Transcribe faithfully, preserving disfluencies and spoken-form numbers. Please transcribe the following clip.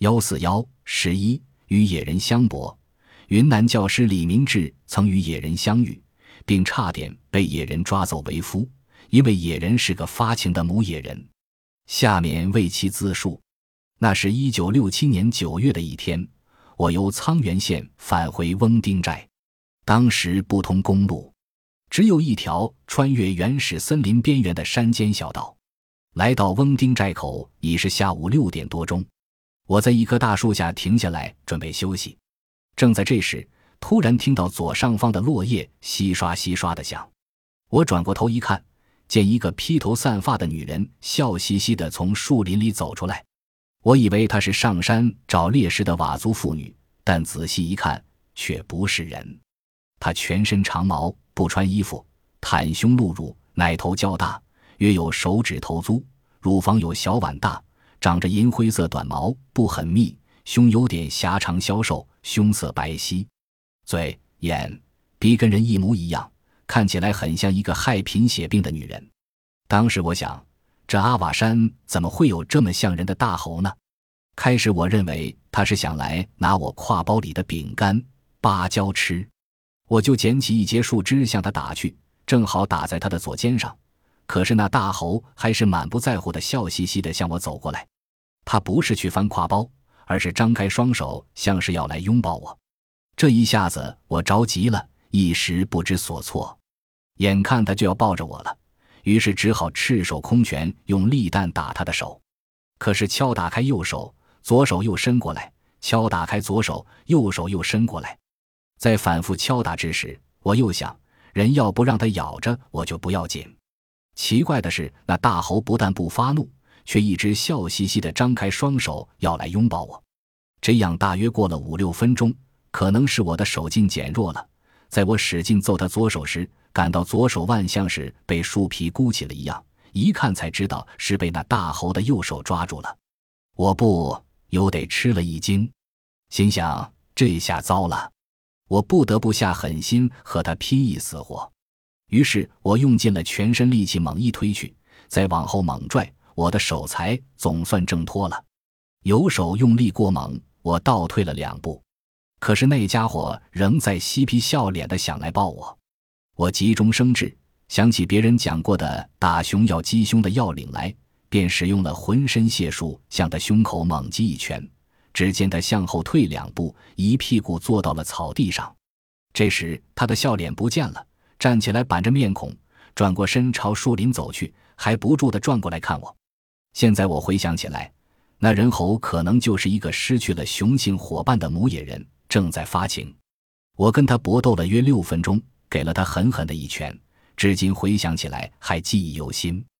一四一十一与野人相搏。云南教师李明志曾与野人相遇，并差点被野人抓走为夫，因为野人是个发情的母野人。下面为其自述。那是一九六七年九月的一天，我由沧源县返回翁丁寨。当时不通公路，只有一条穿越原始森林边缘的山间小道。来到翁丁寨口已是下午六点多钟，我在一棵大树下停下来准备休息。正在这时，突然听到左上方的落叶稀刷稀刷地响。我转过头一看，见一个披头散发的女人笑嘻嘻地从树林里走出来。我以为她是上山找猎食的佤族妇女，但仔细一看却不是人。她全身长毛，不穿衣服，袒胸露乳，奶头较大，约有手指头粗，乳房有小碗大，长着银灰色短毛，不很密，胸有点狭长消瘦，胸色白皙，嘴、眼、鼻跟人一模一样，看起来很像一个害贫血病的女人。当时我想，这阿瓦山怎么会有这么像人的大猴呢？开始我认为他是想来拿我挎包里的饼干、芭蕉吃，我就捡起一截树枝向他打去，正好打在他的左肩上。可是那大猴还是满不在乎的笑嘻嘻地向我走过来。他不是去翻挎包，而是张开双手，像是要来拥抱我。这一下子我着急了，一时不知所措，眼看他就要抱着我了，于是只好赤手空拳用力弹打他的手。可是敲打开右手，左手又伸过来，敲打开左手，右手又伸过来。在反复敲打之时，我又想，人要不让他咬着我就不要紧。奇怪的是，那大猴不但不发怒，却一直笑嘻嘻地张开双手要来拥抱我。这样大约过了五六分钟，可能是我的手劲减弱了，在我使劲揍他左手时，感到左手腕像是被树皮箍起了一样，一看才知道是被那大猴的右手抓住了。我不由得吃了一惊，心想这下糟了，我不得不下狠心和他拼一死活。于是我用尽了全身力气猛一推去，再往后猛拽，我的手才总算挣脱了。右手用力过猛，我倒退了两步，可是那家伙仍在嬉皮笑脸地想来抱我。我急中生智，想起别人讲过的打熊要击胸的要领来，便使用了浑身解数向他胸口猛击一拳。只见他向后退两步，一屁股坐到了草地上。这时他的笑脸不见了，站起来板着面孔，转过身朝树林走去，还不住地转过来看我。现在我回想起来，那人猴可能就是一个失去了雄性伙伴的母野人，正在发情。我跟他搏斗了约六分钟，给了他狠狠的一拳，至今回想起来还记忆犹新。